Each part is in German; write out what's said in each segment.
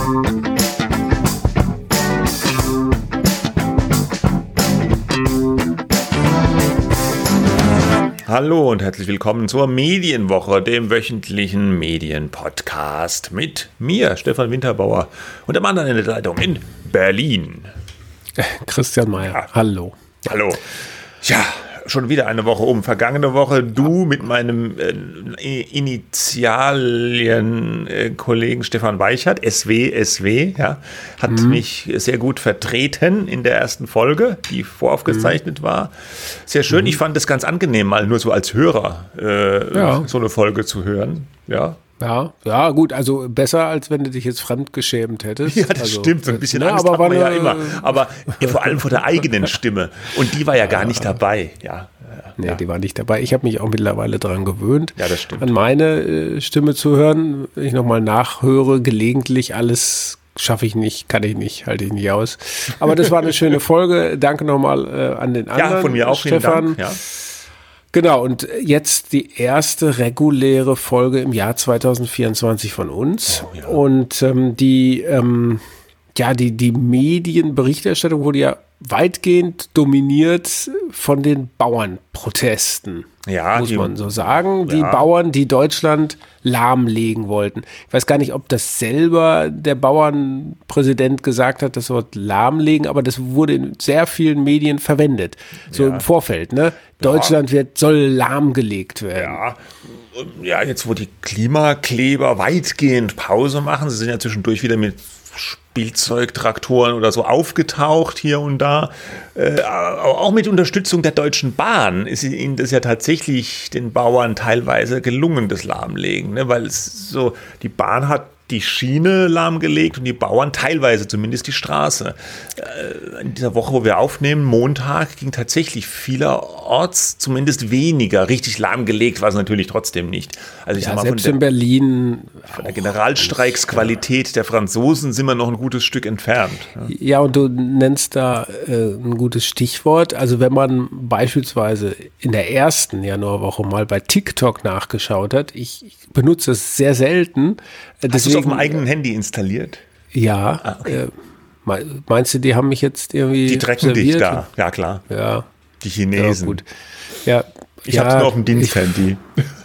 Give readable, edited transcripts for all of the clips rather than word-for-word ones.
Hallo und herzlich willkommen zur Medienwoche, dem wöchentlichen Medienpodcast mit mir, Stefan Winterbauer, und dem anderen in der Leitung in Berlin. Christian Mayer, ja. Hallo. Hallo. Ja, schon wieder eine Woche um. Vergangene Woche du mit meinem Initialien-Kollegen Stefan Weichert, SW, ja, hat mich sehr gut vertreten in der ersten Folge, die voraufgezeichnet war. Sehr schön. Ich fand es ganz angenehm, mal nur so als Hörer so eine Folge zu hören. Ja, gut, also besser, als wenn du dich jetzt fremdgeschämt hättest. Ja, das stimmt, so ein bisschen Angst hat man ja immer. Aber vor allem vor der eigenen Stimme. Und die war ja gar nicht dabei, Nee, die war nicht dabei. Ich habe mich auch mittlerweile daran gewöhnt, ja, das stimmt, an meine Stimme zu hören. Wenn ich nochmal nachhöre, gelegentlich alles schaffe ich nicht, kann ich nicht, halte ich nicht aus. Aber das war eine schöne Folge. Danke nochmal an den anderen, von mir auch, Stefan. Vielen Dank. Ja. Genau, und jetzt die erste reguläre Folge im Jahr 2024 von uns. Oh, ja. Und die Medienberichterstattung wurde ja weitgehend dominiert von den Bauernprotesten, muss man so sagen. Die Bauern, die Deutschland lahmlegen wollten. Ich weiß gar nicht, ob das selber der Bauernpräsident gesagt hat, das Wort lahmlegen, aber das wurde in sehr vielen Medien verwendet. So im Vorfeld, ne? Deutschland soll lahmgelegt werden. Ja, jetzt wo die Klimakleber weitgehend Pause machen, sie sind ja zwischendurch wieder mit Spielzeugtraktoren oder so aufgetaucht hier und da. Auch mit Unterstützung der Deutschen Bahn ist ihnen das ja tatsächlich den Bauern teilweise gelungen, das Lahmlegen, ne? Weil es so, die Bahn hat die Schiene lahmgelegt und die Bauern teilweise zumindest die Straße. In dieser Woche, wo wir aufnehmen, Montag, ging tatsächlich vielerorts zumindest weniger. Richtig lahmgelegt war es natürlich trotzdem nicht. Also ich sag mal, selbst in Berlin. Von der Generalstreiksqualität der Franzosen sind wir noch ein gutes Stück entfernt. Ja, und du nennst da ein gutes Stichwort. Also wenn man beispielsweise in der ersten Januarwoche mal bei TikTok nachgeschaut hat, ich benutze es sehr selten. Hast du es auf dem eigenen Handy installiert? Ja. Okay. Meinst du, die haben mich jetzt irgendwie Die trecken dich da, ja klar. Ja. Die Chinesen. Ja, gut. Ja, ich habe es nur auf dem Diensthandy.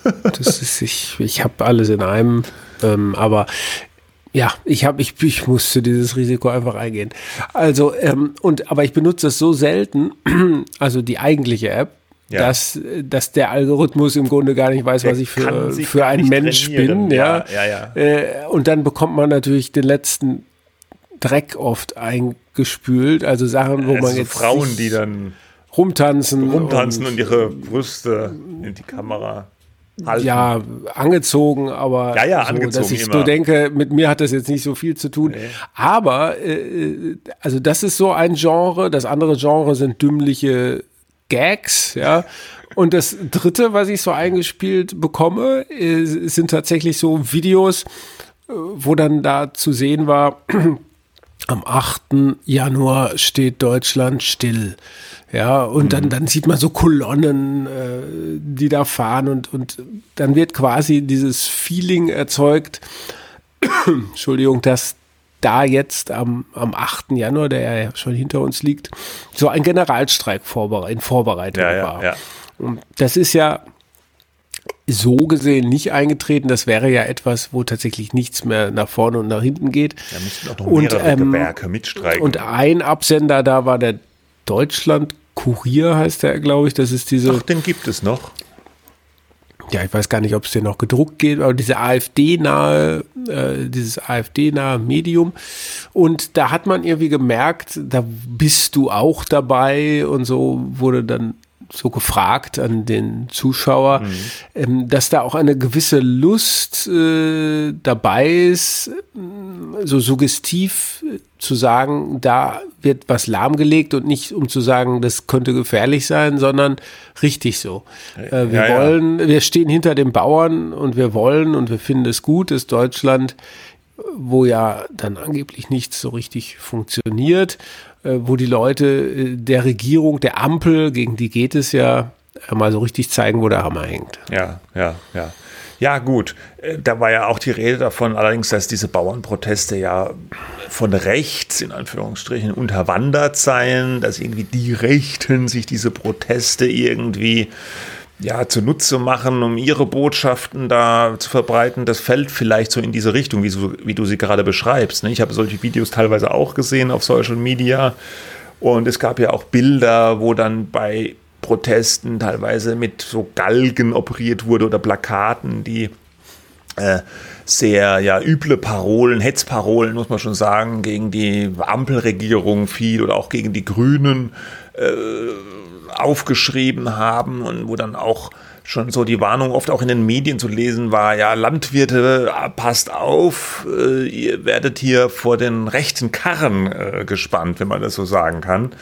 Ich habe alles in einem, aber ja, ich musste dieses Risiko einfach eingehen. Also, aber ich benutze es so selten, also die eigentliche App, dass der Algorithmus im Grunde gar nicht weiß, was ich für ein Mensch bin. Ja. Und dann bekommt man natürlich den letzten Dreck oft eingespült, also Sachen, wo man jetzt Frauen, die dann rumtanzen und ihre Brüste in die Kamera halten. Ja, angezogen, aber so, angezogen, dass ich immer. So denke, mit mir hat das jetzt nicht so viel zu tun. Nee. Aber, also das ist so ein Genre, das andere Genre sind dümmliche Gags, ja. Und das dritte, was ich so eingespielt bekomme, sind tatsächlich so Videos, wo dann da zu sehen war, am 8. Januar steht Deutschland still. Ja, und dann sieht man so Kolonnen, die da fahren und dann wird quasi dieses Feeling erzeugt, Entschuldigung, dass da jetzt am 8. Januar, der ja schon hinter uns liegt, so ein Generalstreik in Vorbereitung war. Ja. Und das ist ja so gesehen nicht eingetreten. Das wäre ja etwas, wo tatsächlich nichts mehr nach vorne und nach hinten geht. Da müssten auch noch mehrere Gewerke mitstreiken. Und ein Absender da war der Deutschland-Kurier, heißt der, glaube ich. Das ist diese. Ach, den gibt es noch. Ja, ich weiß gar nicht, ob es dir noch gedruckt geht, aber dieses AfD-nahe Medium. Und da hat man irgendwie gemerkt, da bist du auch dabei und so wurde dann so gefragt an den Zuschauer, dass da auch eine gewisse Lust dabei ist, so suggestiv zu sagen, da wird was lahmgelegt und nicht um zu sagen, das könnte gefährlich sein, sondern richtig so. Wir stehen hinter den Bauern und wir wollen und wir finden es gut, dass Deutschland, wo ja dann angeblich nichts so richtig funktioniert, wo die Leute der Regierung, der Ampel, gegen die geht es ja, mal so richtig zeigen, wo der Hammer hängt. Ja. Ja, gut. Da war ja auch die Rede davon, allerdings, dass diese Bauernproteste ja von rechts, in Anführungsstrichen, unterwandert seien, dass irgendwie die Rechten sich diese Proteste irgendwie zunutze machen, um ihre Botschaften da zu verbreiten. Das fällt vielleicht so in diese Richtung, wie du sie gerade beschreibst. Ne? Ich habe solche Videos teilweise auch gesehen auf Social Media und es gab ja auch Bilder, wo dann bei Protesten teilweise mit so Galgen operiert wurde oder Plakaten, die sehr üble Parolen, Hetzparolen, muss man schon sagen, gegen die Ampelregierung viel oder auch gegen die Grünen aufgeschrieben haben und wo dann auch schon so die Warnung oft auch in den Medien zu lesen war, ja, Landwirte, passt auf, ihr werdet hier vor den rechten Karren gespannt, wenn man das so sagen kann.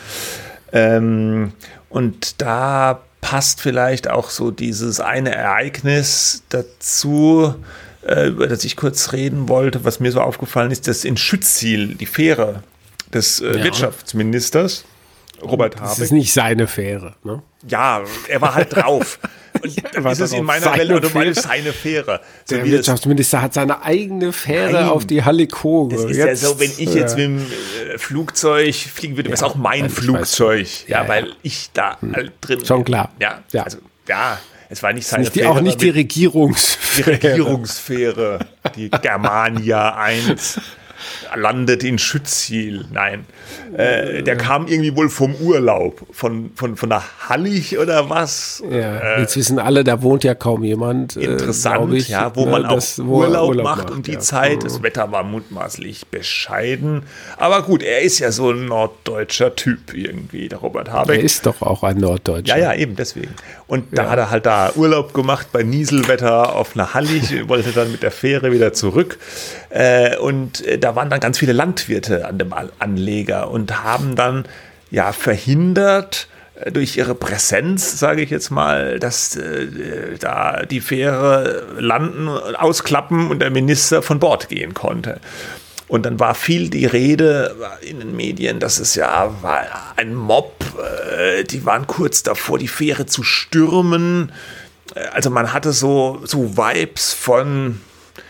Und da passt vielleicht auch so dieses eine Ereignis dazu, über das ich kurz reden wollte, was mir so aufgefallen ist, dass in Schütziel die Fähre des Wirtschaftsministers Robert Habeck. Das ist nicht seine Fähre, ne? Ja, er war halt drauf. Und das ist in meiner Welt automatisch seine Fähre. So der Wirtschaftsminister hat seine eigene Fähre auf die Hallig-Koge. Das ist ja so, wenn ich jetzt mit dem Flugzeug fliegen würde, wäre es auch mein Flugzeug. Weil ich da halt drin. Schon klar. Ja. Also, es war nicht seine Fähre. Auch nicht die Regierungsfähre. Die Regierungsfähre, die Germania 1. Landet in Schütziel. Nein. Der kam irgendwie wohl vom Urlaub. Von der Hallig oder was? Ja, jetzt wissen alle, da wohnt ja kaum jemand. Interessant, ich, wo man auch Urlaub macht um die ja. Zeit. Das Wetter war mutmaßlich bescheiden. Aber gut, er ist ja so ein norddeutscher Typ irgendwie, der Robert Habeck. Er ist doch auch ein Norddeutscher. Ja, eben, deswegen. Und da hat er halt da Urlaub gemacht bei Nieselwetter auf einer Hallig, wollte dann mit der Fähre wieder zurück. Und da waren dann ganz viele Landwirte an dem Anleger und haben dann verhindert durch ihre Präsenz, sage ich jetzt mal, dass da die Fähre landen, ausklappen und der Minister von Bord gehen konnte. Und dann war viel die Rede in den Medien, dass es war ein Mob, die waren kurz davor, die Fähre zu stürmen. Also man hatte so Vibes von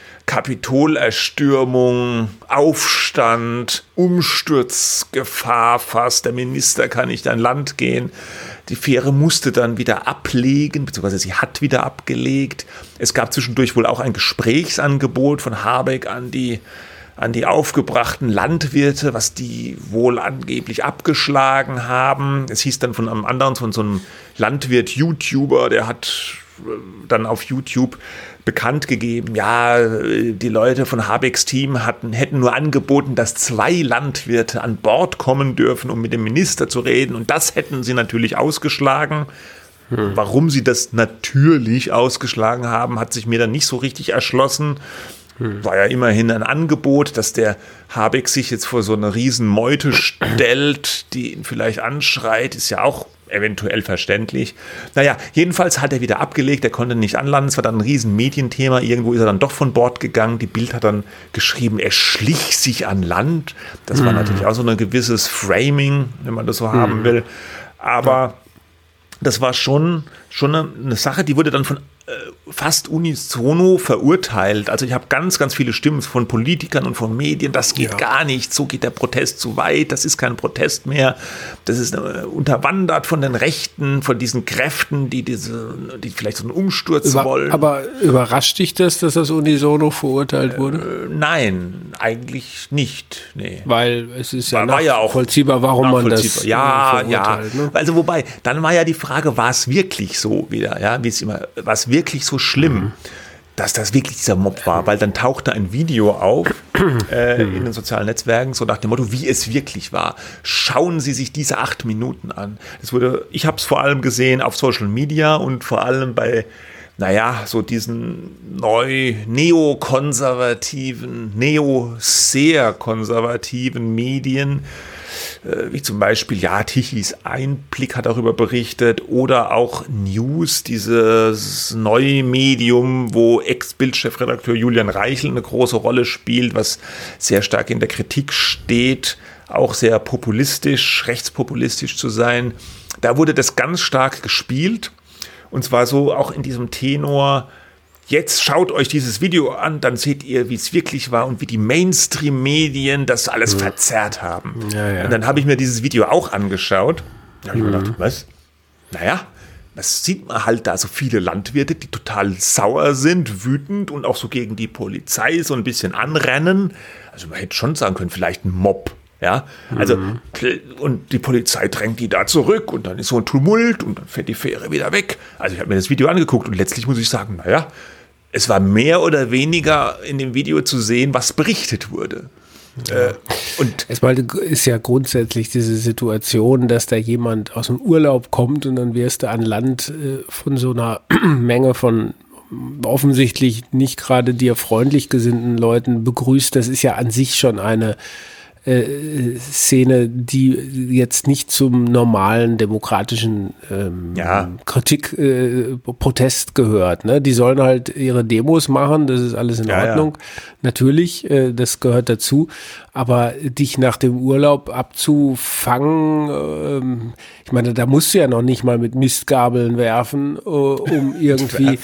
Kapitolerstürmung, Aufstand, Umsturzgefahr fast. Der Minister kann nicht an Land gehen. Die Fähre musste dann wieder ablegen, beziehungsweise sie hat wieder abgelegt. Es gab zwischendurch wohl auch ein Gesprächsangebot von Habeck an die aufgebrachten Landwirte, was die wohl angeblich abgeschlagen haben. Es hieß dann von einem anderen, von so einem Landwirt-YouTuber, der hat dann auf YouTube bekannt gegeben, die Leute von Habecks Team hätten nur angeboten, dass 2 Landwirte an Bord kommen dürfen, um mit dem Minister zu reden. Und das hätten sie natürlich ausgeschlagen. Warum sie das natürlich ausgeschlagen haben, hat sich mir dann nicht so richtig erschlossen. War ja immerhin ein Angebot, dass der Habeck sich jetzt vor so eine riesen Meute stellt, die ihn vielleicht anschreit, ist ja auch eventuell verständlich. Naja, jedenfalls hat er wieder abgelegt, er konnte nicht anlanden, es war dann ein riesen Medienthema, irgendwo ist er dann doch von Bord gegangen, die Bild hat dann geschrieben, er schlich sich an Land, das war natürlich auch so ein gewisses Framing, wenn man das so haben will, aber das war schon eine Sache, die wurde dann von fast unisono verurteilt. Also ich habe ganz, ganz viele Stimmen von Politikern und von Medien, das geht gar nicht, so geht der Protest zu weit, das ist kein Protest mehr, das ist unterwandert von den Rechten, von diesen Kräften, die vielleicht so einen Umsturz wollen. Aber überrascht dich das, dass das unisono verurteilt wurde? Nein, eigentlich nicht. Nee. Weil es ist ja nachvollziehbar, warum man das verurteilt. Ne? Also wobei, dann war ja die Frage, war es wirklich so wieder, wie es immer, war es wirklich so schlimm, dass das wirklich dieser Mob war, weil dann tauchte ein Video auf in den sozialen Netzwerken, so nach dem Motto, wie es wirklich war. Schauen Sie sich diese 8 Minuten an. Ich habe es vor allem gesehen auf Social Media und vor allem bei so diesen sehr konservativen Medien, wie zum Beispiel, Tichys Einblick hat darüber berichtet oder auch News, dieses neue Medium, wo Ex-Bild-Chefredakteur Julian Reichel eine große Rolle spielt, was sehr stark in der Kritik steht, auch sehr populistisch, rechtspopulistisch zu sein. Da wurde das ganz stark gespielt und zwar so auch in diesem Tenor, jetzt schaut euch dieses Video an, dann seht ihr, wie es wirklich war und wie die Mainstream-Medien das alles verzerrt haben. Ja. Und dann habe ich mir dieses Video auch angeschaut. Da habe ich mir gedacht, was? Naja, das sieht man halt da so viele Landwirte, die total sauer sind, wütend und auch so gegen die Polizei so ein bisschen anrennen. Also man hätte schon sagen können, vielleicht ein Mob. Ja, also, und die Polizei drängt die da zurück und dann ist so ein Tumult und dann fährt die Fähre wieder weg. Also ich habe mir das Video angeguckt und letztlich muss ich sagen, naja, es war mehr oder weniger in dem Video zu sehen, was berichtet wurde. Und erstmal ist ja grundsätzlich diese Situation, dass da jemand aus dem Urlaub kommt und dann wirst du an Land von so einer Menge von offensichtlich nicht gerade dir freundlich gesinnten Leuten begrüßt. Das ist ja an sich schon eine Szene, die jetzt nicht zum normalen demokratischen Protest gehört. Ne? Die sollen halt ihre Demos machen, das ist alles in Ordnung. Natürlich, das gehört dazu. Aber dich nach dem Urlaub abzufangen, ich meine, da musst du ja noch nicht mal mit Mistgabeln werfen, um irgendwie,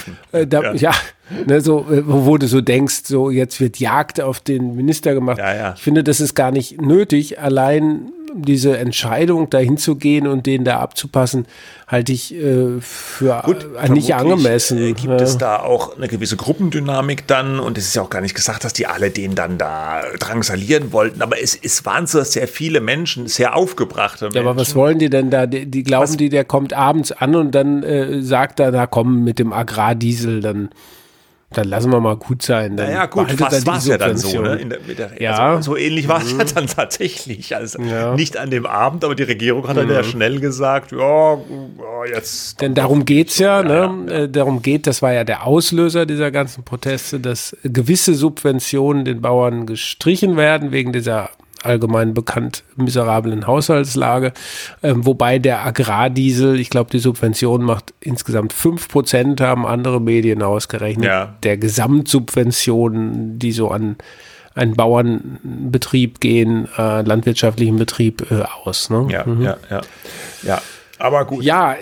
ne, so, wo du so denkst, so jetzt wird Jagd auf den Minister gemacht. Ich finde, das ist gar nicht nötig. Allein diese Entscheidung, dahin zu gehen und den da abzupassen, halte ich für nicht angemessen. Gibt es da auch eine gewisse Gruppendynamik dann und es ist ja auch gar nicht gesagt, dass die alle den dann da drangsalieren wollten, aber es waren so sehr viele Menschen, sehr aufgebrachte Menschen. Ja, aber was wollen die denn da? Die glauben, der kommt abends an und dann sagt er, na komm, mit dem Agrardiesel, dann lassen wir mal gut sein. Dann fast war es ja dann so. Ne? Also so ähnlich war es ja dann tatsächlich. Also nicht an dem Abend, aber die Regierung hat dann ja schnell gesagt, jetzt. Denn darum geht's ja. Darum geht, das war ja der Auslöser dieser ganzen Proteste, dass gewisse Subventionen den Bauern gestrichen werden wegen dieser allgemein bekannt miserablen Haushaltslage, wobei der Agrardiesel, ich glaube, die Subvention macht insgesamt 5%, haben andere Medien ausgerechnet, der Gesamtsubventionen, die so an einen Bauernbetrieb gehen, landwirtschaftlichen Betrieb aus. Ne? Ja. Aber gut. Ja,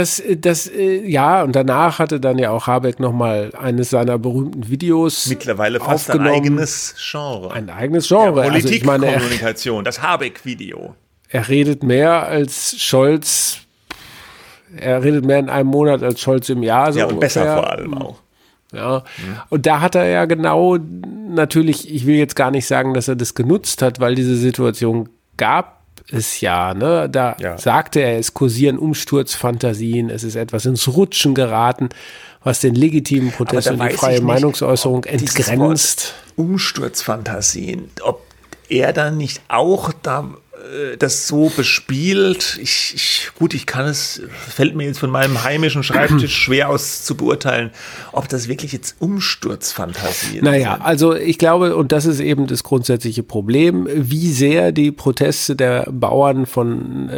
und danach hatte dann ja auch Habeck nochmal eines seiner berühmten Videos mittlerweile fast ein eigenes Genre. Ein eigenes Genre. Ja, Politikkommunikation, das Habeck-Video. Er redet mehr als Scholz, er redet mehr in einem Monat als Scholz im Jahr. So und ungefähr. Besser vor allem auch. Ja, und da hat er ja genau, natürlich, ich will jetzt gar nicht sagen, dass er das genutzt hat, weil diese Situation gab es ja, ne? Da sagte er, es kursieren Umsturzfantasien, es ist etwas ins Rutschen geraten, was den legitimen Protest und die freie Meinungsäußerung entgrenzt. Umsturzfantasien, ob er dann nicht auch da das so bespielt, fällt mir jetzt von meinem heimischen Schreibtisch schwer aus zu beurteilen, ob das wirklich jetzt Umsturzfantasien sind. Also ich glaube, und das ist eben das grundsätzliche Problem, wie sehr die Proteste der Bauern von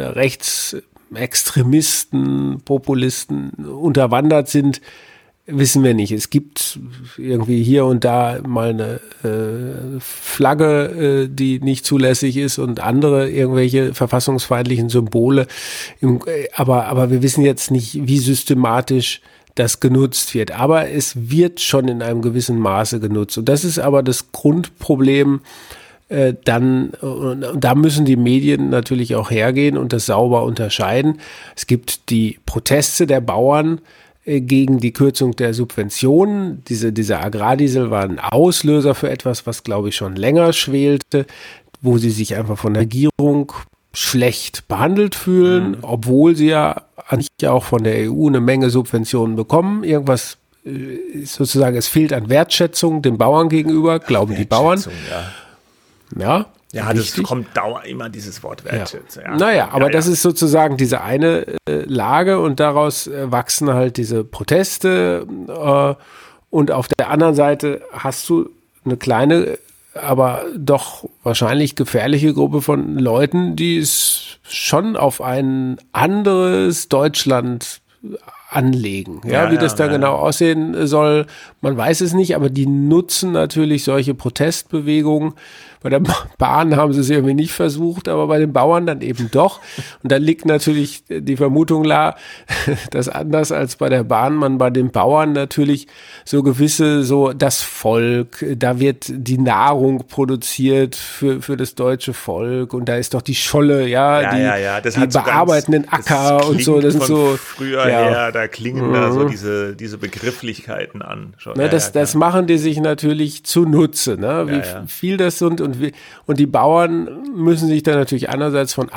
Rechtsextremisten, Populisten unterwandert sind, wissen wir nicht. Es gibt irgendwie hier und da mal eine Flagge, die nicht zulässig ist und andere irgendwelche verfassungsfeindlichen Symbole. Aber wir wissen jetzt nicht, wie systematisch das genutzt wird. Aber es wird schon in einem gewissen Maße genutzt. Und das ist aber das Grundproblem. Da müssen die Medien natürlich auch hergehen und das sauber unterscheiden. Es gibt die Proteste der Bauern gegen die Kürzung der Subventionen. Dieser Agrardiesel war ein Auslöser für etwas, was, glaube ich, schon länger schwelte, wo sie sich einfach von der Regierung schlecht behandelt fühlen, obwohl sie ja auch von der EU eine Menge Subventionen bekommen. Irgendwas sozusagen, es fehlt an Wertschätzung den Bauern gegenüber, glauben die Bauern. Ja, das kommt immer dieses Wort Wertschätzung. Das ist sozusagen diese eine Lage und daraus wachsen halt diese Proteste und auf der anderen Seite hast du eine kleine, aber doch wahrscheinlich gefährliche Gruppe von Leuten, die es schon auf ein anderes Deutschland anlegen. Ja, wie das da genau aussehen soll, man weiß es nicht, aber die nutzen natürlich solche Protestbewegungen. Bei der Bahn haben sie es irgendwie nicht versucht, aber bei den Bauern dann eben doch. Und da liegt natürlich die Vermutung nahe, dass anders als bei der Bahn man bei den Bauern natürlich so gewisse, so das Volk, da wird die Nahrung produziert für das deutsche Volk und da ist doch die Scholle, das die bearbeiten den Acker und so. Das sind so früher her, da klingen da so diese Begrifflichkeiten an. Schon. Das machen die sich natürlich zunutze, ne? Wie viel das sind und die Bauern müssen sich da natürlich einerseits davon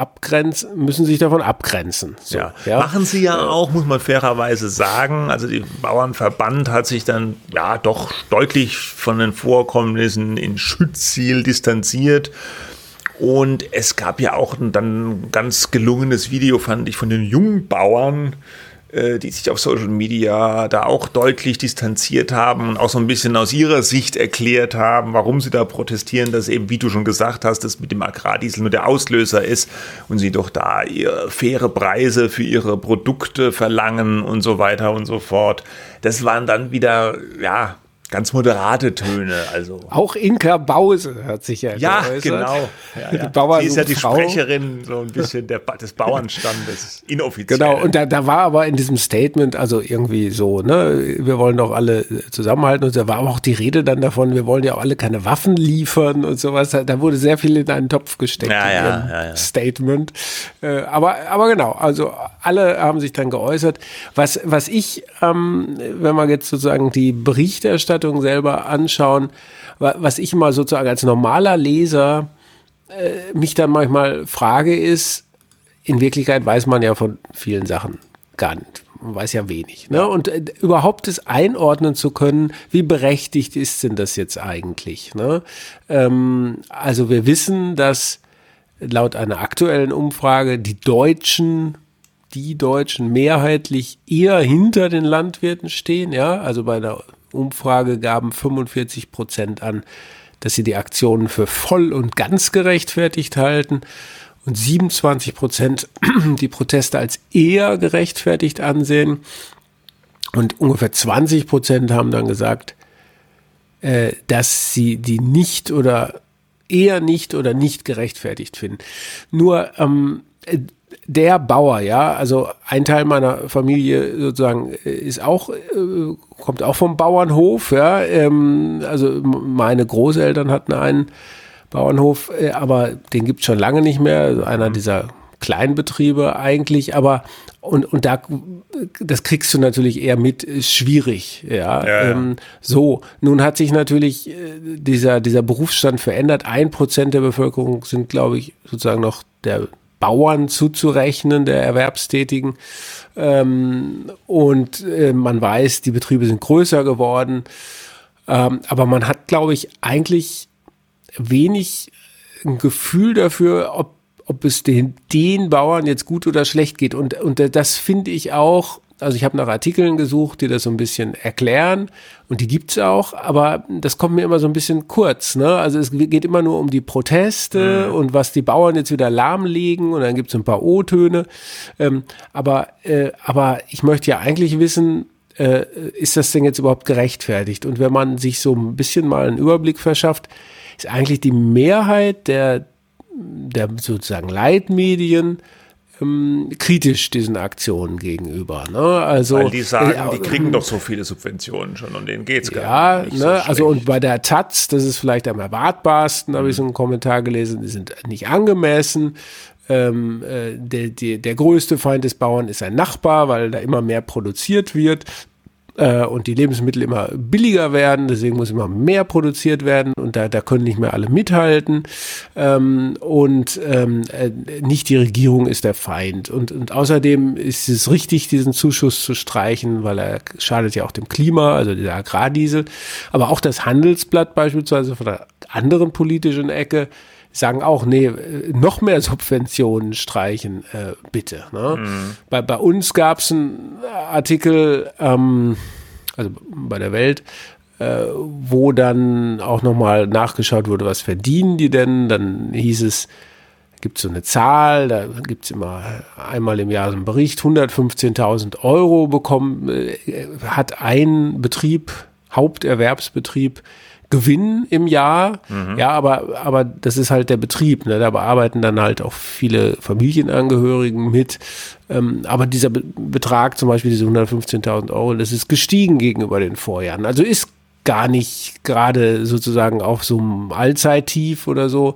abgrenzen. So, Machen sie auch, muss man fairerweise sagen. Also die Bauernverband hat sich dann doch deutlich von den Vorkommnissen in Schütziel distanziert. Und es gab ja auch dann ein ganz gelungenes Video, fand ich, von den Jungbauern, die sich auf Social Media da auch deutlich distanziert haben und auch so ein bisschen aus ihrer Sicht erklärt haben, warum sie da protestieren, dass eben, wie du schon gesagt hast, das mit dem Agrardiesel nur der Auslöser ist und sie doch da faire Preise für ihre Produkte verlangen und so weiter und so fort. Das waren dann wieder, ganz moderate Töne. Also. Auch Inka Bause hat sich ja geäußert. Genau. Sie ist ja die Sprecherin so ein bisschen des Bauernstandes, inoffiziell. Genau, und da war aber in diesem Statement, also irgendwie so, ne, wir wollen doch alle zusammenhalten und da war aber auch die Rede dann davon, wir wollen ja auch alle keine Waffen liefern und sowas. Da wurde sehr viel in einen Topf gesteckt in ihrem Statement. Aber genau, also alle haben sich dann geäußert. Was ich, wenn man jetzt sozusagen die Berichterstattung selber anschauen, was ich mal sozusagen als normaler Leser mich dann manchmal frage ist, in Wirklichkeit weiß man ja von vielen Sachen gar nicht. Man weiß ja wenig. Ne? Und überhaupt es einordnen zu können, wie berechtigt ist denn das jetzt eigentlich? Ne? Also wir wissen, dass laut einer aktuellen Umfrage die Deutschen mehrheitlich eher hinter den Landwirten stehen. Ja, also bei der Umfrage gaben 45% an, dass sie die Aktionen für voll und ganz gerechtfertigt halten und 27% die Proteste als eher gerechtfertigt ansehen und ungefähr 20% haben dann gesagt, dass sie die nicht oder eher nicht oder nicht gerechtfertigt finden. Nur der Bauer, also ein Teil meiner Familie sozusagen kommt auch vom Bauernhof, also meine Großeltern hatten einen Bauernhof, aber den gibt es schon lange nicht mehr, also einer dieser Kleinbetriebe eigentlich, aber und das kriegst du natürlich eher mit, ist schwierig, so, nun hat sich natürlich dieser Berufsstand verändert, 1% der Bevölkerung sind, glaube ich, sozusagen noch der Bauern zuzurechnen, der Erwerbstätigen. Und man weiß, die Betriebe sind größer geworden. Aber man hat, glaube ich, eigentlich wenig ein Gefühl dafür, ob es den Bauern jetzt gut oder schlecht geht. Und das finde ich auch, also ich habe nach Artikeln gesucht, die das so ein bisschen erklären und die gibt's auch, aber das kommt mir immer so ein bisschen kurz, ne? Also es geht immer nur um die Proteste und was die Bauern jetzt wieder lahmlegen und dann gibt's ein paar O-Töne, aber ich möchte ja eigentlich wissen, ist das denn jetzt überhaupt gerechtfertigt? Und wenn man sich so ein bisschen mal einen Überblick verschafft, ist eigentlich die Mehrheit der sozusagen Leitmedien kritisch diesen Aktionen gegenüber. Ne? Also, weil die sagen, die kriegen doch so viele Subventionen schon und denen geht's gar nicht. Ja, ne? So also und bei der Taz, das ist vielleicht am erwartbarsten, habe ich so einen Kommentar gelesen, die sind nicht angemessen. Der größte Feind des Bauern ist ein Nachbar, weil da immer mehr produziert wird. Und die Lebensmittel immer billiger werden, deswegen muss immer mehr produziert werden und da können nicht mehr alle mithalten nicht die Regierung ist der Feind und außerdem ist es richtig, diesen Zuschuss zu streichen, weil er schadet ja auch dem Klima, also dieser Agrardiesel, aber auch das Handelsblatt beispielsweise von der anderen politischen Ecke sagen auch, nee, noch mehr Subventionen streichen, bitte. Ne? Bei uns gab es einen Artikel, also bei der Welt, wo dann auch nochmal nachgeschaut wurde, was verdienen die denn? Dann hieß es, gibt es so eine Zahl, da gibt es immer einmal im Jahr so einen Bericht, 115.000 € hat ein Betrieb, Haupterwerbsbetrieb, Gewinn im Jahr, ja, aber das ist halt der Betrieb, ne? Da bearbeiten dann halt auch viele Familienangehörigen mit, aber dieser Betrag, zum Beispiel diese 115.000 €, das ist gestiegen gegenüber den Vorjahren, also ist gar nicht gerade sozusagen auf so einem Allzeittief oder so,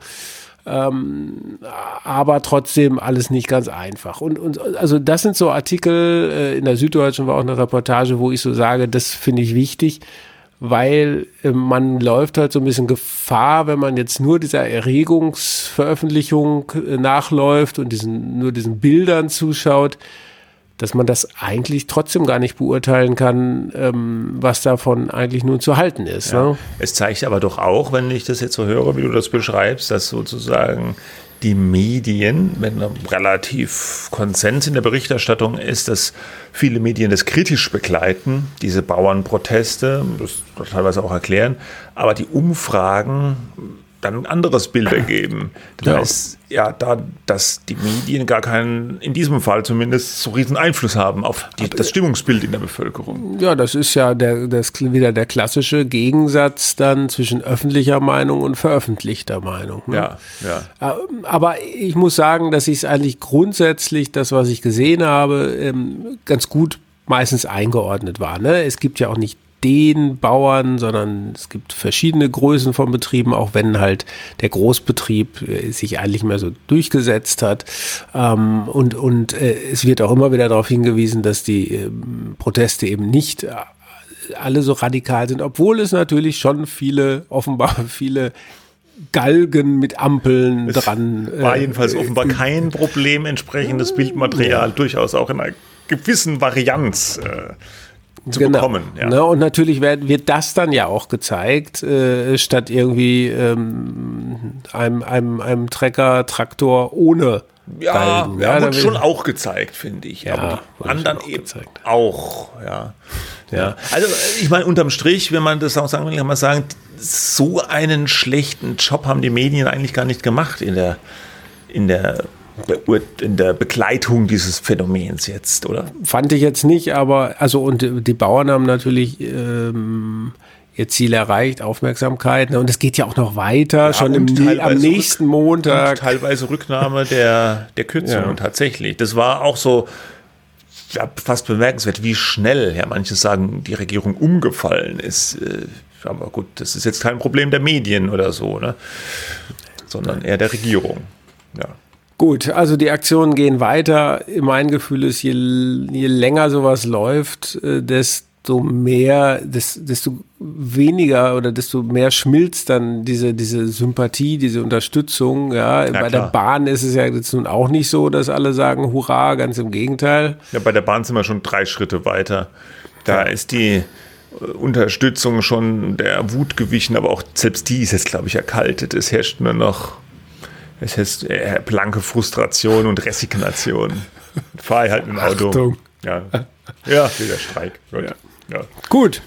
aber trotzdem alles nicht ganz einfach. Und also das sind so Artikel, in der Süddeutschen war auch eine Reportage, wo ich so sage, das finde ich wichtig, weil man läuft halt so ein bisschen Gefahr, wenn man jetzt nur dieser Erregungsveröffentlichung nachläuft und nur diesen Bildern zuschaut, dass man das eigentlich trotzdem gar nicht beurteilen kann, was davon eigentlich nun zu halten ist. Ja. Ne? Es zeigt aber doch auch, wenn ich das jetzt so höre, wie du das beschreibst, dass sozusagen die Medien, wenn relativ Konsens in der Berichterstattung ist, dass viele Medien das kritisch begleiten, diese Bauernproteste, das teilweise auch erklären, aber die Umfragen dann ein anderes Bild ergeben. Da ist dass die Medien gar keinen, in diesem Fall zumindest, so riesen Einfluss haben auf das Stimmungsbild in der Bevölkerung. Ja, das ist ja wieder der klassische Gegensatz dann zwischen öffentlicher Meinung und veröffentlichter Meinung. Ne? Ja. Aber ich muss sagen, dass ich es eigentlich grundsätzlich, das, was ich gesehen habe, ganz gut meistens eingeordnet war. Ne? Es gibt ja auch nicht den Bauern, sondern es gibt verschiedene Größen von Betrieben, auch wenn halt der Großbetrieb sich eigentlich mehr so durchgesetzt hat. Und es wird auch immer wieder darauf hingewiesen, dass die Proteste eben nicht alle so radikal sind, obwohl es natürlich schon offenbar viele Galgen mit Ampeln dran. War jedenfalls offenbar kein Problem, entsprechendes Bildmaterial durchaus auch in einer gewissen Varianz zu bekommen. Ja. Ne, und natürlich wird das dann ja auch gezeigt, statt irgendwie einem Traktor ohne Galgen. Ja, wird schon auch gezeigt, finde ich. Ja, aber die anderen eben auch. Ja. Also ich meine, unterm Strich, wenn man das auch sagen will, kann man sagen, so einen schlechten Job haben die Medien eigentlich gar nicht gemacht in der Begleitung dieses Phänomens jetzt, oder? Fand ich jetzt nicht, aber und die Bauern haben natürlich ihr Ziel erreicht, Aufmerksamkeit, ne? Und es geht ja auch noch weiter, schon am nächsten Montag. Und teilweise Rücknahme der Kürzungen tatsächlich. Das war auch so fast bemerkenswert, wie schnell, manche sagen, die Regierung umgefallen ist. Aber gut, das ist jetzt kein Problem der Medien oder so, ne? Sondern eher der Regierung, ja. Gut, also die Aktionen gehen weiter. Mein Gefühl ist, je länger sowas läuft, desto weniger oder desto mehr schmilzt dann diese Sympathie, diese Unterstützung. Ja, bei der Bahn ist es ja jetzt nun auch nicht so, dass alle sagen, hurra, ganz im Gegenteil. Ja, bei der Bahn sind wir schon 3 Schritte weiter. Da ist die Unterstützung schon der Wut gewichen, aber auch selbst die ist jetzt, glaube ich, erkaltet. Es herrscht nur noch blanke Frustration und Resignation. Fahr ich halt mit dem Auto. Achtung. Ja, wieder Streik. Gut. Ja. Gut.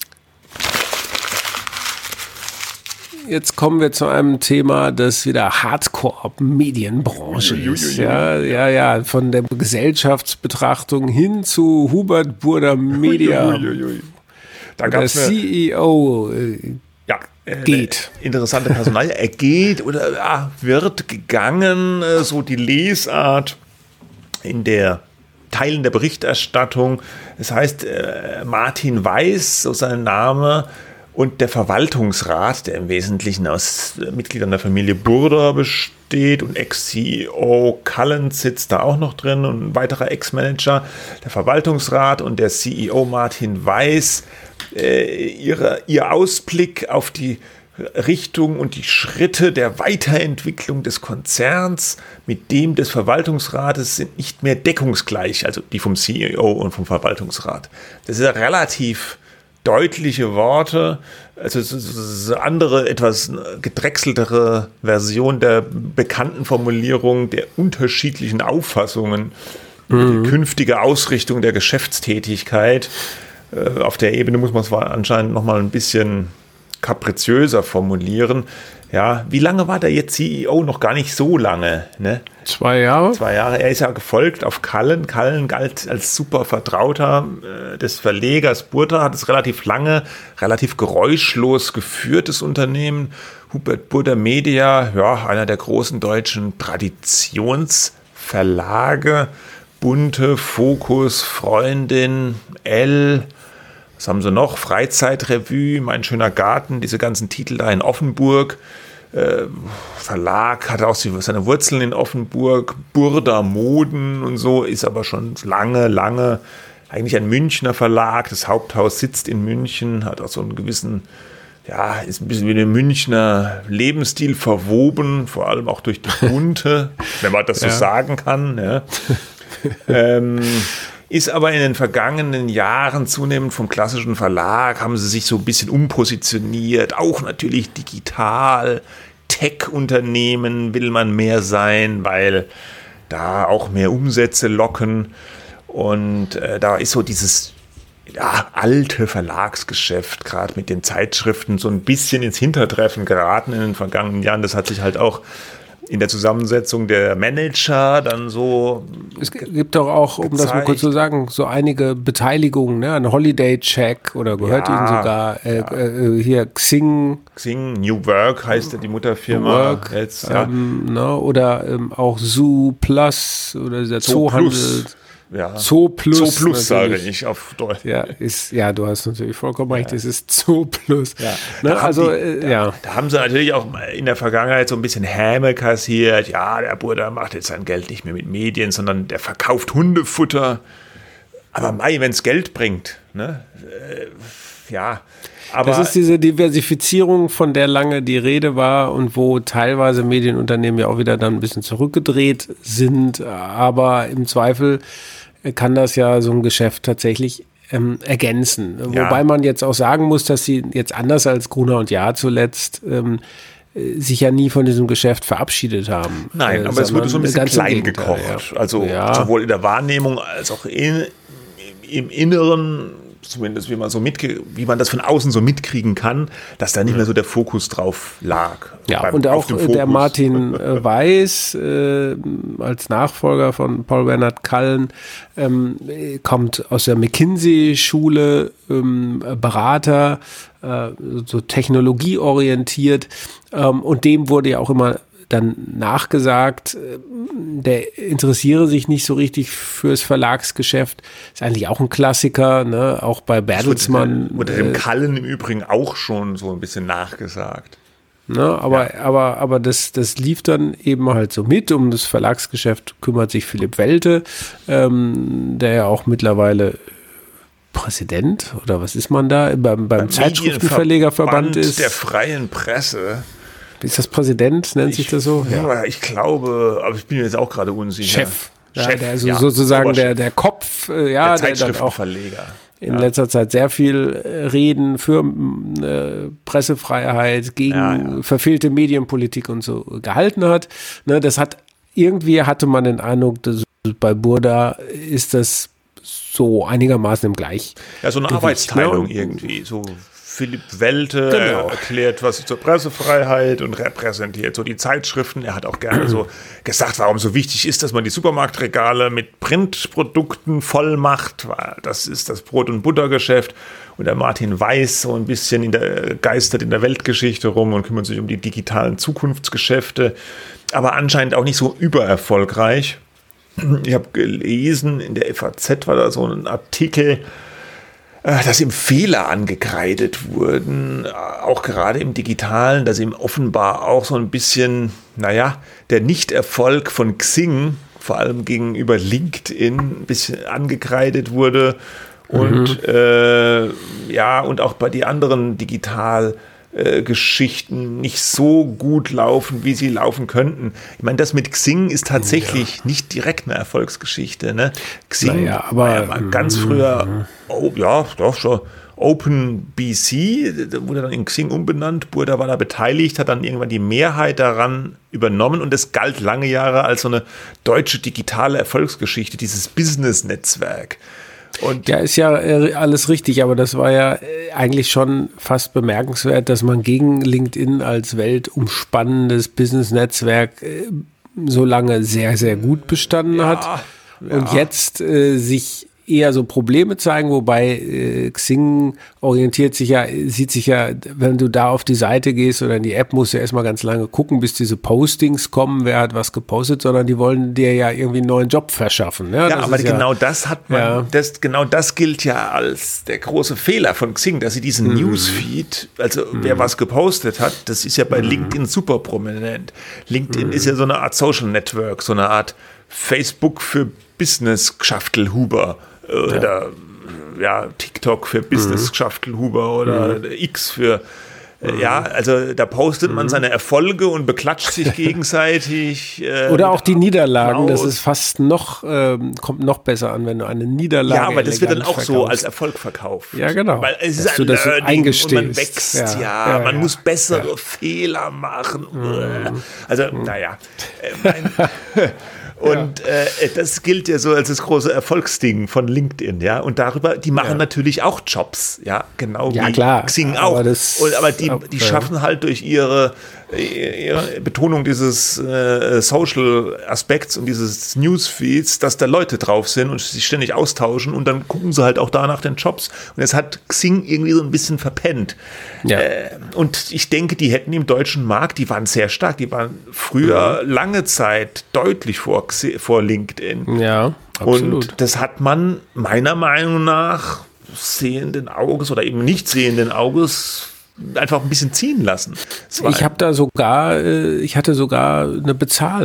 Jetzt kommen wir zu einem Thema, das wieder Hardcore-Medienbranche ist. Ja, von der Gesellschaftsbetrachtung hin zu Hubert Burda Media. Da gab es der CEO geht. Interessante Personal. Er geht oder wird gegangen, so die Lesart in der Teilen der Berichterstattung. Das heißt, Martin Weiß, so sein Name, und der Verwaltungsrat, der im Wesentlichen aus Mitgliedern der Familie Burda besteht, und Ex-CEO Callens sitzt da auch noch drin und ein weiterer Ex-Manager. Der Verwaltungsrat und der CEO Martin Weiß, ihr Ausblick auf die Richtung und die Schritte der Weiterentwicklung des Konzerns mit dem des Verwaltungsrates sind nicht mehr deckungsgleich, also die vom CEO und vom Verwaltungsrat. Das sind relativ deutliche Worte, also so andere, etwas gedrechseltere Version der bekannten Formulierung der unterschiedlichen Auffassungen über die künftige Ausrichtung der Geschäftstätigkeit. Auf der Ebene muss man es anscheinend noch mal ein bisschen kapriziöser formulieren. Ja, wie lange war der jetzt CEO? Noch gar nicht so lange, ne? 2 Jahre. 2 Jahre. Er ist ja gefolgt auf Cullen. Cullen galt als super Vertrauter des Verlegers Burda, hat es relativ lange, relativ geräuschlos geführtes Unternehmen. Hubert Burda Media, ja, einer der großen deutschen Traditionsverlage. Bunte, Fokus, Freundin, L. Was haben sie noch? Freizeitrevue, Mein schöner Garten, diese ganzen Titel da in Offenburg. Verlag hat auch seine Wurzeln in Offenburg. Burda Moden und so, ist aber schon lange eigentlich ein Münchner Verlag. Das Haupthaus sitzt in München, hat auch so einen gewissen, ja, ist ein bisschen wie ein Münchner Lebensstil verwoben, vor allem auch durch die Bunte, wenn man das so sagen kann. Ja. Ist aber in den vergangenen Jahren zunehmend vom klassischen Verlag, haben sie sich so ein bisschen umpositioniert, auch natürlich digital, Tech-Unternehmen will man mehr sein, weil da auch mehr Umsätze locken und da ist so dieses alte Verlagsgeschäft, gerade mit den Zeitschriften, so ein bisschen ins Hintertreffen geraten in den vergangenen Jahren. Das hat sich halt auch in der Zusammensetzung der Manager dann so. Es gibt doch auch, um das mal kurz zu sagen, so einige Beteiligungen, ne? Ein Holiday Check oder gehört ihnen sogar hier Xing. Xing, New Work heißt ja die Mutterfirma. Work, jetzt, ne? Oder auch Zoo Plus oder dieser Zoohandel. Ja. Zooplus. Zooplus sage ich auf Deutsch. Ja, du hast natürlich vollkommen recht, es ist Zooplus. Ja. Ne? Da haben sie natürlich auch in der Vergangenheit so ein bisschen Häme kassiert. Ja, der Burda macht jetzt sein Geld nicht mehr mit Medien, sondern der verkauft Hundefutter. Aber wenn es Geld bringt, ne? Aber das ist diese Diversifizierung, von der lange die Rede war und wo teilweise Medienunternehmen ja auch wieder dann ein bisschen zurückgedreht sind. Aber im Zweifel kann das ja so ein Geschäft tatsächlich ergänzen. Ja. Wobei man jetzt auch sagen muss, dass sie jetzt anders als Gruner und Jahr zuletzt sich ja nie von diesem Geschäft verabschiedet haben. Nein, aber es wurde so ein bisschen klein gekocht. Ja. Also sowohl in der Wahrnehmung als auch im Inneren, zumindest wie man das von außen so mitkriegen kann, dass da nicht mehr so der Fokus drauf lag. Ja, und auch der Martin Weiß als Nachfolger von Paul Bernhard Cullen kommt aus der McKinsey-Schule, Berater, so technologieorientiert, und dem wurde ja auch immer dann nachgesagt, der interessiere sich nicht so richtig fürs Verlagsgeschäft. Ist eigentlich auch ein Klassiker, ne? Auch bei Bertelsmann. Wurde dem Cullen im Übrigen auch schon so ein bisschen nachgesagt. Ne? Aber das lief dann eben halt so mit. Um das Verlagsgeschäft kümmert sich Philipp Welte, der ja auch mittlerweile Präsident, oder was ist man da, beim Zeitschriftenverlegerverband ist. Der freien Presse. Ist das Präsident, nennt sich das so? Ja, ich glaube, aber ich bin mir jetzt auch gerade unsicher. Chef, der sozusagen der Kopf, der Zeitschriftenverleger. In letzter Zeit sehr viel Reden für Pressefreiheit, gegen verfehlte Medienpolitik und so gehalten hat. Ne, hatte man den Eindruck, dass bei Burda ist das so einigermaßen im Gleich. Ja, so eine Arbeitsteilung irgendwie, so. Philipp Welte erklärt was zur Pressefreiheit und repräsentiert so die Zeitschriften. Er hat auch gerne so gesagt, warum so wichtig ist, dass man die Supermarktregale mit Printprodukten voll macht. Das ist das Brot- und Buttergeschäft. Und der Martin Weiß so ein bisschen geistert in der Weltgeschichte rum und kümmert sich um die digitalen Zukunftsgeschäfte. Aber anscheinend auch nicht so übererfolgreich. Ich habe gelesen, in der FAZ war da so ein Artikel, dass ihm Fehler angekreidet wurden, auch gerade im Digitalen, dass ihm offenbar auch so ein bisschen, der Nichterfolg von Xing, vor allem gegenüber LinkedIn, ein bisschen angekreidet wurde und und auch bei den anderen Geschichten nicht so gut laufen, wie sie laufen könnten. Ich meine, das mit Xing ist tatsächlich nicht direkt eine Erfolgsgeschichte. Ne? Xing war ja ganz früher, schon OpenBC, wurde dann in Xing umbenannt, Burda war da beteiligt, hat dann irgendwann die Mehrheit daran übernommen und es galt lange Jahre als so eine deutsche digitale Erfolgsgeschichte, dieses Business-Netzwerk. Und ja, ist ja alles richtig, aber das war ja eigentlich schon fast bemerkenswert, dass man gegen LinkedIn als weltumspannendes Business-Netzwerk so lange sehr, sehr gut bestanden hat und jetzt sich eher so Probleme zeigen, wobei Xing sieht sich ja, wenn du da auf die Seite gehst oder in die App, musst du erstmal ganz lange gucken, bis diese Postings kommen, wer hat was gepostet, sondern die wollen dir ja irgendwie einen neuen Job verschaffen. Ne? Ja, aber genau das hat man, genau das gilt ja als der große Fehler von Xing, dass sie diesen Newsfeed, also wer was gepostet hat, das ist ja bei LinkedIn super prominent. LinkedIn ist ja so eine Art Social Network, so eine Art Facebook für Business-Geschäftelhuber. Oder TikTok für Business-Geschäftelhuber oder X für also da postet man seine Erfolge und beklatscht sich gegenseitig. Oder auch die Niederlagen, das ist fast noch, kommt noch besser an, wenn du eine Niederlage Ja, aber das wird dann auch so als Erfolg verkauft. Ja, genau. Weil es ist ein Learning und man wächst, man muss bessere Fehler machen. Also, Und das gilt ja so als das große Erfolgsding von LinkedIn, ja. Und darüber, die machen natürlich auch Jobs, ja, genau wie Xing auch. Aber die schaffen halt durch ihre Betonung dieses Social-Aspekts und dieses Newsfeeds, dass da Leute drauf sind und sich ständig austauschen und dann gucken sie halt auch da nach den Jobs. Und das hat Xing irgendwie so ein bisschen verpennt. Ja. Und ich denke, die hätten im deutschen Markt, die waren sehr stark, die waren früher lange Zeit deutlich vor LinkedIn. Ja, absolut. Und das hat man meiner Meinung nach sehenden Auges oder eben nicht sehenden Auges einfach ein bisschen ziehen lassen. Ich hatte sogar eine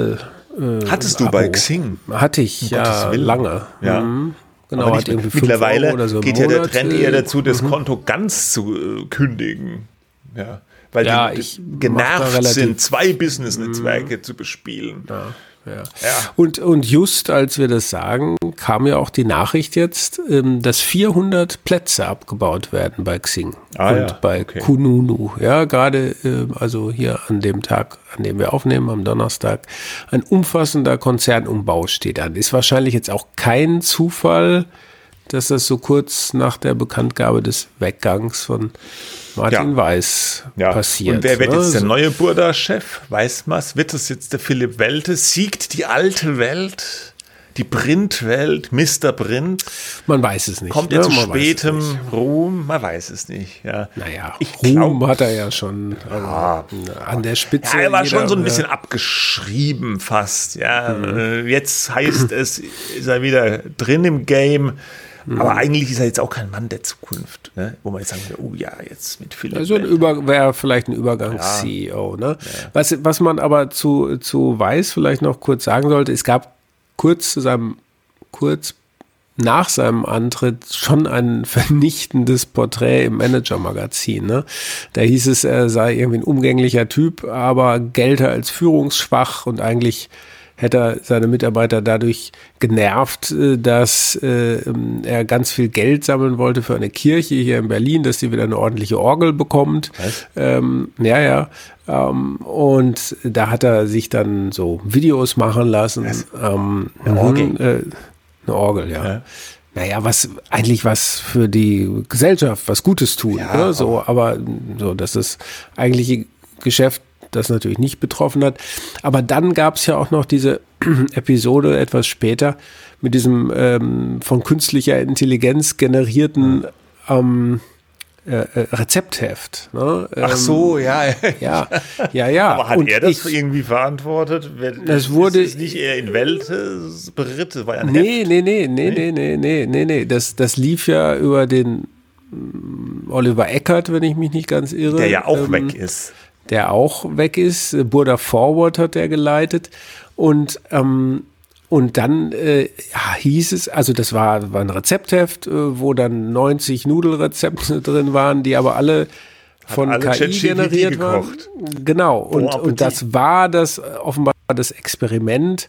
Hattest du bei Xing? Hatte ich, lange. Ja. Genau, hat irgendwie mittlerweile oder so geht ja der Trend eher dazu, das Konto ganz zu kündigen. Ja. Weil die genervt sind, 2 Business-Netzwerke zu bespielen. Ja. Und just als wir das sagen, kam ja auch die Nachricht jetzt, dass 400 Plätze abgebaut werden bei Xing und bei Kununu. Ja, gerade also hier an dem Tag, an dem wir aufnehmen, am Donnerstag, ein umfassender Konzernumbau steht an. Ist wahrscheinlich jetzt auch kein Zufall, dass das so kurz nach der Bekanntgabe des Weggangs von Martin Weiß passiert. Und wer wird jetzt der neue Burda-Chef? Weiß man's? Wird das jetzt der Philipp Welte? Siegt die alte Welt? Die Printwelt? Mr. Print? Man weiß es nicht. Kommt er zu spätem Ruhm? Man weiß es nicht. Ja. Naja, Ruhm hat er ja schon an der Spitze. Ja, er war schon so ein bisschen abgeschrieben fast. Ja. Jetzt heißt es, ist er wieder drin im Game. Aber eigentlich ist er jetzt auch kein Mann der Zukunft, ne? Wo man jetzt sagen würde, jetzt mit Philipp. Also wäre vielleicht ein Übergangs-CEO. Ne? Ja. Was man aber zu Weiß vielleicht noch kurz sagen sollte, es gab kurz nach seinem Antritt schon ein vernichtendes Porträt im Manager-Magazin. Ne? Da hieß es, er sei irgendwie ein umgänglicher Typ, aber gelte als führungsschwach und eigentlich hätte er seine Mitarbeiter dadurch genervt, dass er ganz viel Geld sammeln wollte für eine Kirche hier in Berlin, dass sie wieder eine ordentliche Orgel bekommt. Und da hat er sich dann so Videos machen lassen. Eine Orgel? Eine Orgel, ja. Naja, was für die Gesellschaft was Gutes tun. Ne? Aber das ist eigentliche Geschäft, das natürlich nicht betroffen hat. Aber dann gab es ja auch noch diese Episode etwas später mit diesem von künstlicher Intelligenz generierten Rezeptheft. Ne? Ach so, ja. Ja. Aber hat er das irgendwie verantwortet? Das wurde ist nicht eher in Welt berichtet, war ja ein Nee. Das lief ja über den Oliver Eckert, wenn ich mich nicht ganz irre. Der ja auch weg ist. Burda Forward hat er geleitet und dann hieß es, also das war ein Rezeptheft, wo dann 90 Nudelrezepte drin waren, die aber alle von KI generiert waren. Genau, und das war offenbar das Experiment,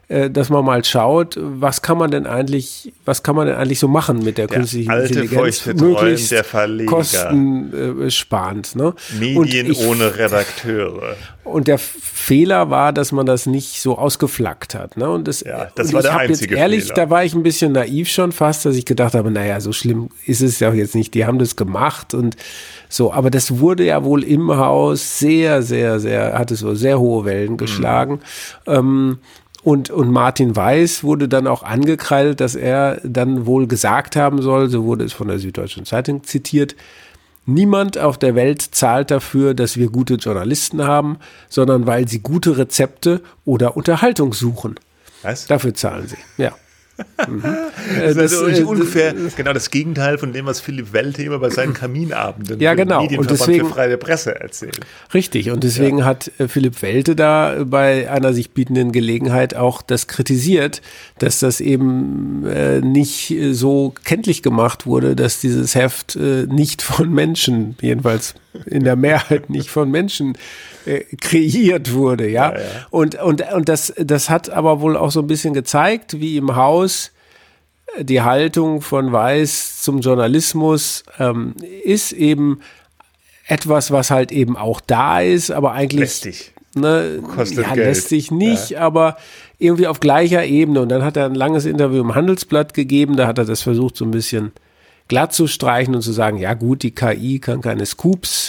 dass man mal schaut, was kann man denn eigentlich so machen mit der künstlichen Intelligenz, möglichst der Verleger. Kostensparend. Ne? Medien ohne Redakteure. Und der Fehler war, dass man das nicht so ausgeflaggt hat. Ne? Und das war der einzige Fehler. Da war ich ein bisschen naiv schon fast, dass ich gedacht habe, naja, so schlimm ist es ja auch jetzt nicht. Die haben das gemacht und so. Aber das wurde ja wohl im Haus sehr, sehr, sehr, hat es so sehr hohe Wellen geschlagen. Und Martin Weiß wurde dann auch angekreidet, dass er dann wohl gesagt haben soll, so wurde es von der Süddeutschen Zeitung zitiert, niemand auf der Welt zahlt dafür, dass wir gute Journalisten haben, sondern weil sie gute Rezepte oder Unterhaltung suchen. Was? Dafür zahlen sie, ja. Das ist ungefähr genau das Gegenteil von dem, was Philipp Welte immer bei seinen Kaminabenden und deswegen, für freie Presse erzählt. Richtig, und deswegen hat Philipp Welte da bei einer sich bietenden Gelegenheit auch das kritisiert, dass das eben nicht so kenntlich gemacht wurde, dass dieses Heft nicht von Menschen, jedenfalls in der Mehrheit nicht von Menschen kreiert wurde, ja. Und das hat aber wohl auch so ein bisschen gezeigt, wie im Haus die Haltung von Weiß zum Journalismus ist eben etwas, was halt eben auch da ist, aber eigentlich lästig. Kostet Geld. Lästig nicht, aber irgendwie auf gleicher Ebene. Und dann hat er ein langes Interview im Handelsblatt gegeben, da hat er das versucht, so ein bisschen glatt zu streichen und zu sagen, ja gut, die KI kann keine Scoops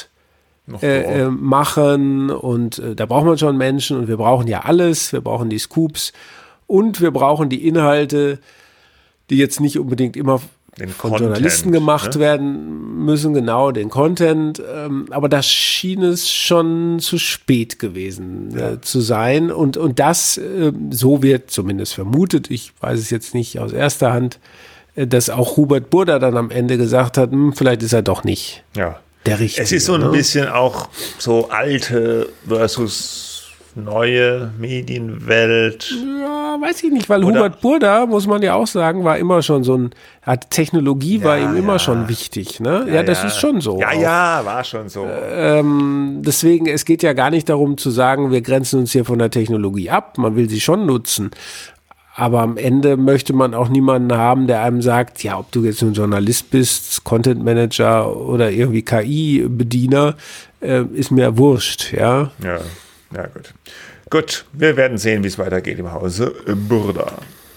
machen und da braucht man schon Menschen und wir brauchen ja alles, wir brauchen die Scoops und wir brauchen die Inhalte, die jetzt nicht unbedingt immer von Journalisten gemacht werden müssen, genau, den Content, aber das schien es schon zu spät gewesen zu sein und das, so wird zumindest vermutet, ich weiß es jetzt nicht aus erster Hand, dass auch Hubert Burda dann am Ende gesagt hat, vielleicht ist er doch nicht der Richtige. Es ist so ein bisschen auch so alte versus neue Medienwelt. Ja, weiß ich nicht, weil Hubert Burda, muss man ja auch sagen, war immer schon so ein, Technologie war ihm immer schon wichtig, ne? Ja, das ist schon so. Ja, war schon so. Deswegen, es geht ja gar nicht darum zu sagen, wir grenzen uns hier von der Technologie ab, man will sie schon nutzen. Aber am Ende möchte man auch niemanden haben, der einem sagt, ja, ob du jetzt ein Journalist bist, Content Manager oder irgendwie KI-Bediener, ist mir wurscht, ja. Ja, gut. Gut, wir werden sehen, wie es weitergeht im Hause Burda.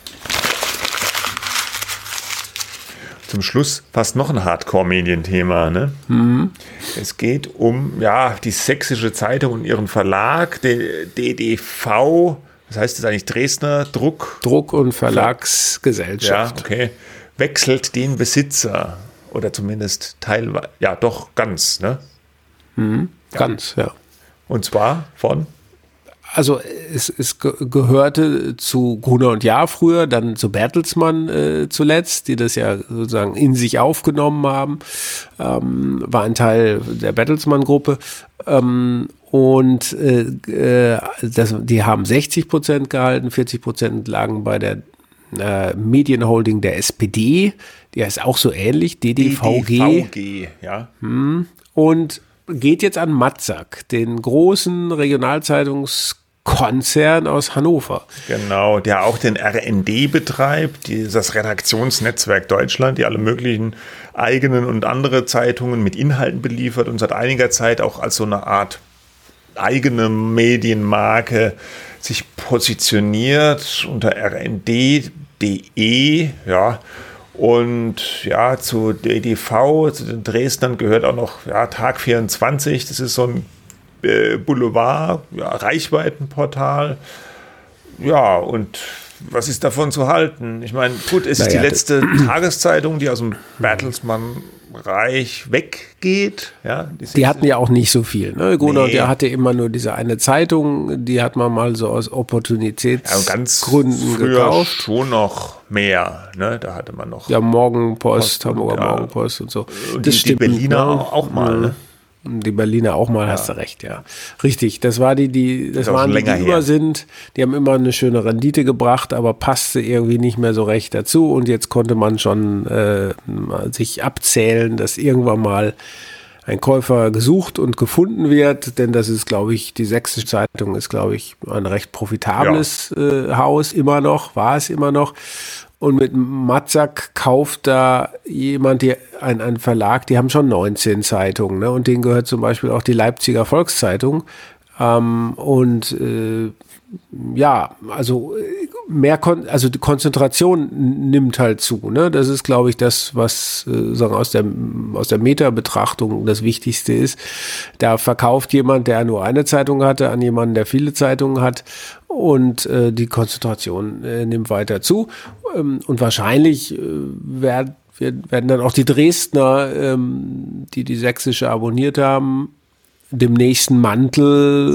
Zum Schluss fast noch ein Hardcore-Medienthema, ne? Es geht um, die Sächsische Zeitung und ihren Verlag, DDV. Was heißt das eigentlich? Dresdner Druck und Verlagsgesellschaft. Ja, okay. Wechselt den Besitzer oder zumindest teilweise, doch ganz, ne? Ganz, ja. Und zwar von? Also es gehörte zu Gruner und Jahr früher, dann zu Bertelsmann zuletzt, die das ja sozusagen in sich aufgenommen haben, war ein Teil der Bertelsmann-Gruppe. Und die haben 60% gehalten, 40% lagen bei der Medienholding der SPD, die heißt auch so ähnlich, DDVG. Ja. Und geht jetzt an Matzak, den großen Regionalzeitungskonzern aus Hannover. Genau, der auch den RND betreibt, das Redaktionsnetzwerk Deutschland, die alle möglichen eigenen und andere Zeitungen mit Inhalten beliefert und seit einiger Zeit auch als so eine Art eigene Medienmarke sich positioniert unter rnd.de, und zu DDV, zu den Dresdnern gehört auch noch Tag 24, das ist so ein Boulevard, Reichweitenportal. Ja, und was ist davon zu halten? Ich meine, gut, es ist die letzte Tageszeitung, die aus dem Bertelsmann-Reich weggeht. Ja, die hatten ja auch nicht so viel. Ne? Gruner und Jahr hatte immer nur diese eine Zeitung, die hat man mal so aus Opportunitätsgründen gekauft. Schon noch mehr. Ne? Da hatte man noch. Ja, Morgenpost, Hamburger Morgenpost und so. Und die Berliner auch mal, ne? Die Berliner auch mal, hast du recht, ja. Richtig, das waren die über sind. Die haben immer eine schöne Rendite gebracht, aber passte irgendwie nicht mehr so recht dazu. Und jetzt konnte man schon sich abzählen, dass irgendwann mal ein Käufer gesucht und gefunden wird, denn das ist, glaube ich, die Sächsische Zeitung ist, glaube ich, ein recht profitables Haus immer noch, war es immer noch. Und mit Matzak kauft da jemand, ein Verlag, die haben schon 19 Zeitungen, ne? Und denen gehört zum Beispiel auch die Leipziger Volkszeitung. Also die Konzentration nimmt halt zu, ne? Das ist, glaube ich, das, was aus der Meta-Betrachtung das Wichtigste ist. Da verkauft jemand, der nur eine Zeitung hatte, an jemanden, der viele Zeitungen hat, und die Konzentration nimmt weiter zu. Und wahrscheinlich werden dann auch die Dresdner, die Sächsische abonniert haben, dem nächsten Mantel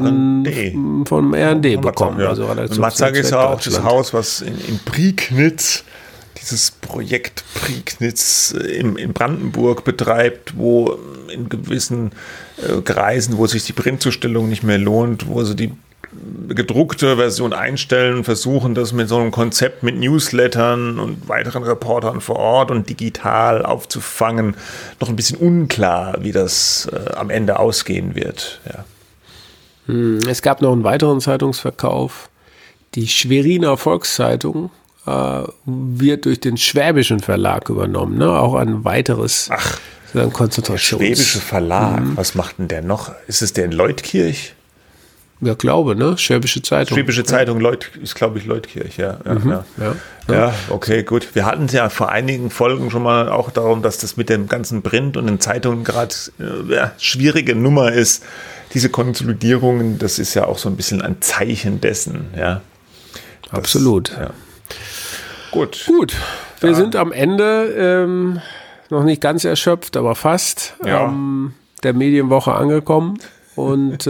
vom RND bekommen. Ja. Also Matzak ist ja auch das Haus, was in Prignitz, dieses Projekt Prignitz in Brandenburg betreibt, wo in gewissen Kreisen, wo sich die Printzustellung nicht mehr lohnt, wo sie die gedruckte Version einstellen und versuchen, das mit so einem Konzept mit Newslettern und weiteren Reportern vor Ort und digital aufzufangen. Noch ein bisschen unklar, wie das am Ende ausgehen wird. Ja. Es gab noch einen weiteren Zeitungsverkauf. Die Schweriner Volkszeitung wird durch den Schwäbischen Verlag übernommen. Ne? Auch ein weiteres Konzentrations. Der Schwäbische Verlag, was macht denn der noch? Ist es der in Leutkirch? Ja, glaube, ne? Schwäbische Zeitung. Schwäbische Zeitung ist, glaube ich, Leutkirch, ja. Ja, okay, gut. Wir hatten es ja vor einigen Folgen schon mal auch darum, dass das mit dem ganzen Print und den Zeitungen gerade schwierige Nummer ist. Diese Konsolidierungen, das ist ja auch so ein bisschen ein Zeichen dessen, ja. Absolut. Ja. Gut. Wir sind am Ende noch nicht ganz erschöpft, aber fast der Medienwoche angekommen. Und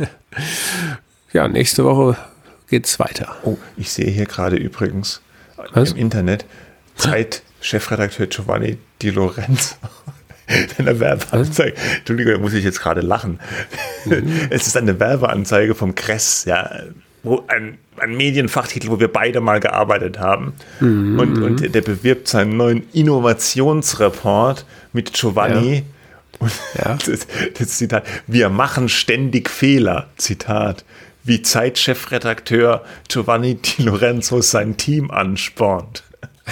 nächste Woche geht's weiter. Oh, ich sehe hier gerade übrigens im Internet Zeit-Chefredakteur Giovanni Di Lorenzo in der Werbeanzeige. Entschuldigung, da muss ich jetzt gerade lachen. Es ist eine Werbeanzeige vom Kress, ja, wo ein Medienfachtitel, wo wir beide mal gearbeitet haben. Und der bewirbt seinen neuen Innovationsreport mit Giovanni. Ja. Und das Zitat, wir machen ständig Fehler, Zitat, wie Zeit-Chefredakteur Giovanni Di Lorenzo sein Team anspornt.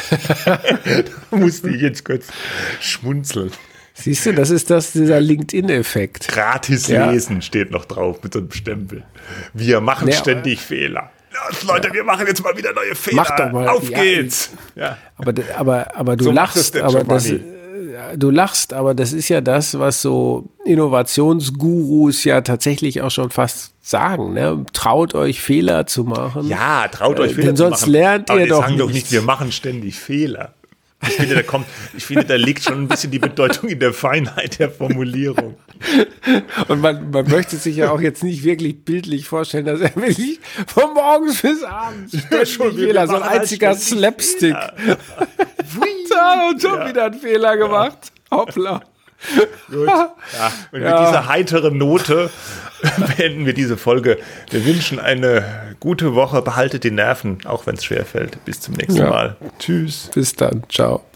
Da musste ich jetzt kurz schmunzeln. Siehst du, das ist dieser LinkedIn-Effekt. Gratis lesen steht noch drauf mit so einem Stempel. Wir machen ständig Fehler. Leute, wir machen jetzt mal wieder neue Fehler. Mach doch mal. Auf geht's. Ja. Aber du lachst, du lachst, aber das ist ja das, was so Innovationsgurus ja tatsächlich auch schon fast sagen. Ne? Traut euch Fehler zu machen. Ja, traut euch Fehler zu machen. Denn sonst lernt ihr doch sagen doch nicht, wir machen ständig Fehler. Ich finde, da liegt schon ein bisschen die Bedeutung in der Feinheit der Formulierung. Und man möchte sich ja auch jetzt nicht wirklich bildlich vorstellen, dass er wirklich von morgens bis abends ständig Fehler, so ein einziger Slapstick. Und schon wieder einen Fehler gemacht. Hoppla. Gut. Ja. Und mit dieser heiteren Note beenden wir diese Folge. Wir wünschen eine gute Woche. Behaltet die Nerven, auch wenn es schwerfällt. Bis zum nächsten Mal. Tschüss. Bis dann. Ciao.